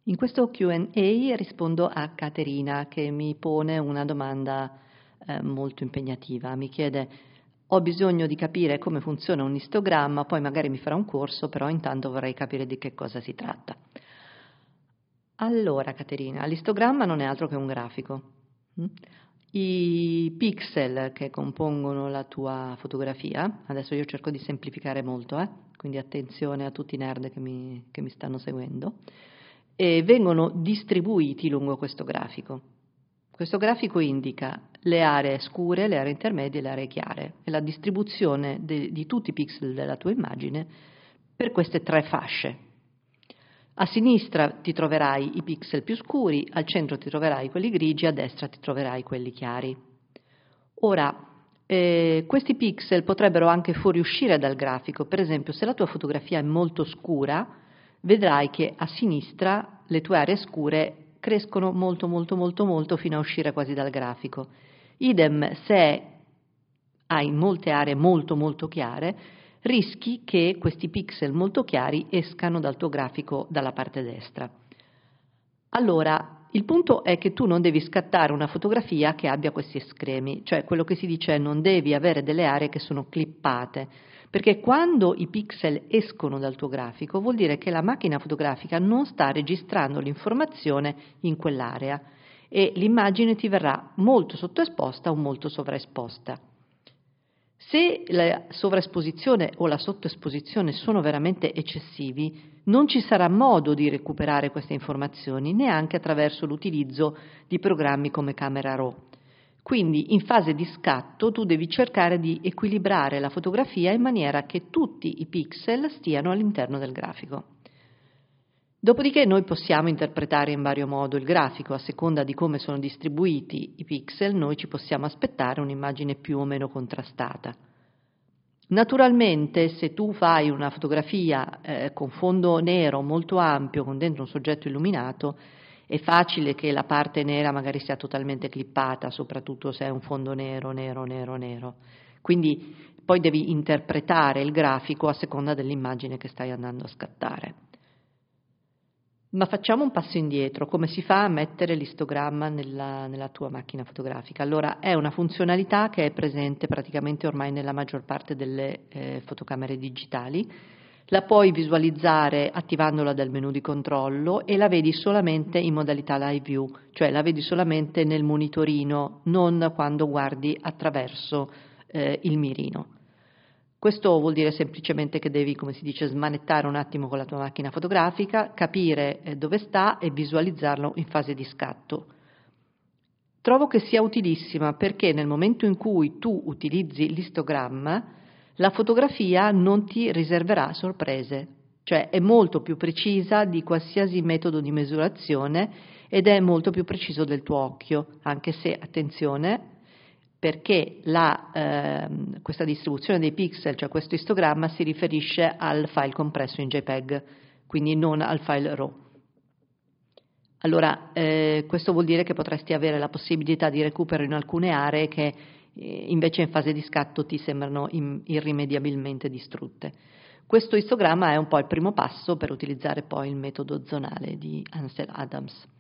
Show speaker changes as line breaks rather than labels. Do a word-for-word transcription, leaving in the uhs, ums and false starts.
In questo Q and A rispondo a Caterina che mi pone una domanda eh, molto impegnativa. Mi chiede: ho bisogno di capire come funziona un istogramma, poi magari mi farà un corso, però intanto vorrei capire di che cosa si tratta. Allora, Caterina, l'istogramma non è altro che un grafico. I pixel che compongono la tua fotografia, adesso io cerco di semplificare molto, eh? Quindi attenzione a tutti i nerd che mi, che mi stanno seguendo, e vengono distribuiti lungo questo grafico. Questo grafico indica le aree scure, le aree intermedie e le aree chiare e la distribuzione de, di tutti i pixel della tua immagine per queste tre fasce. A sinistra ti troverai i pixel più scuri, al centro ti troverai quelli grigi, a destra ti troverai quelli chiari. Ora, eh, questi pixel potrebbero anche fuoriuscire dal grafico. Per esempio, se la tua fotografia è molto scura, vedrai che a sinistra le tue aree scure crescono molto molto molto molto fino a uscire quasi dal grafico. Idem se hai molte aree molto molto chiare, rischi che questi pixel molto chiari escano dal tuo grafico dalla parte destra. Allora, il punto è che tu non devi scattare una fotografia che abbia questi estremi, cioè quello che si dice è non devi avere delle aree che sono clippate, perché quando i pixel escono dal tuo grafico vuol dire che la macchina fotografica non sta registrando l'informazione in quell'area e l'immagine ti verrà molto sottoesposta o molto sovraesposta. Se la sovraesposizione o la sottoesposizione sono veramente eccessivi, non ci sarà modo di recuperare queste informazioni neanche attraverso l'utilizzo di programmi come Camera Raw. Quindi in fase di scatto tu devi cercare di equilibrare la fotografia in maniera che tutti i pixel stiano all'interno del grafico. Dopodiché noi possiamo interpretare in vario modo il grafico, a seconda di come sono distribuiti i pixel, noi ci possiamo aspettare un'immagine più o meno contrastata. Naturalmente, se tu fai una fotografia eh, con fondo nero molto ampio, con dentro un soggetto illuminato, è facile che la parte nera magari sia totalmente clippata, soprattutto se è un fondo nero, nero, nero, nero. Quindi poi devi interpretare il grafico a seconda dell'immagine che stai andando a scattare. Ma facciamo un passo indietro. Come si fa a mettere l'istogramma nella, nella tua macchina fotografica? Allora, è una funzionalità che è presente praticamente ormai nella maggior parte delle eh, fotocamere digitali. La puoi visualizzare attivandola dal menu di controllo e la vedi solamente in modalità live view, cioè la vedi solamente nel monitorino, non quando guardi attraverso eh, il mirino. Questo vuol dire semplicemente che devi, come si dice, smanettare un attimo con la tua macchina fotografica, capire eh, dove sta e visualizzarlo in fase di scatto. Trovo che sia utilissima perché nel momento in cui tu utilizzi l'istogramma, la fotografia non ti riserverà sorprese, cioè è molto più precisa di qualsiasi metodo di misurazione ed è molto più preciso del tuo occhio, anche se, attenzione, perché la, ehm, questa distribuzione dei pixel, cioè questo istogramma, si riferisce al file compresso in JPEG, quindi non al file RAW. Allora, eh, questo vuol dire che potresti avere la possibilità di recupero in alcune aree che eh, invece in fase di scatto ti sembrano in, irrimediabilmente distrutte. Questo istogramma è un po' il primo passo per utilizzare poi il metodo zonale di Ansel Adams.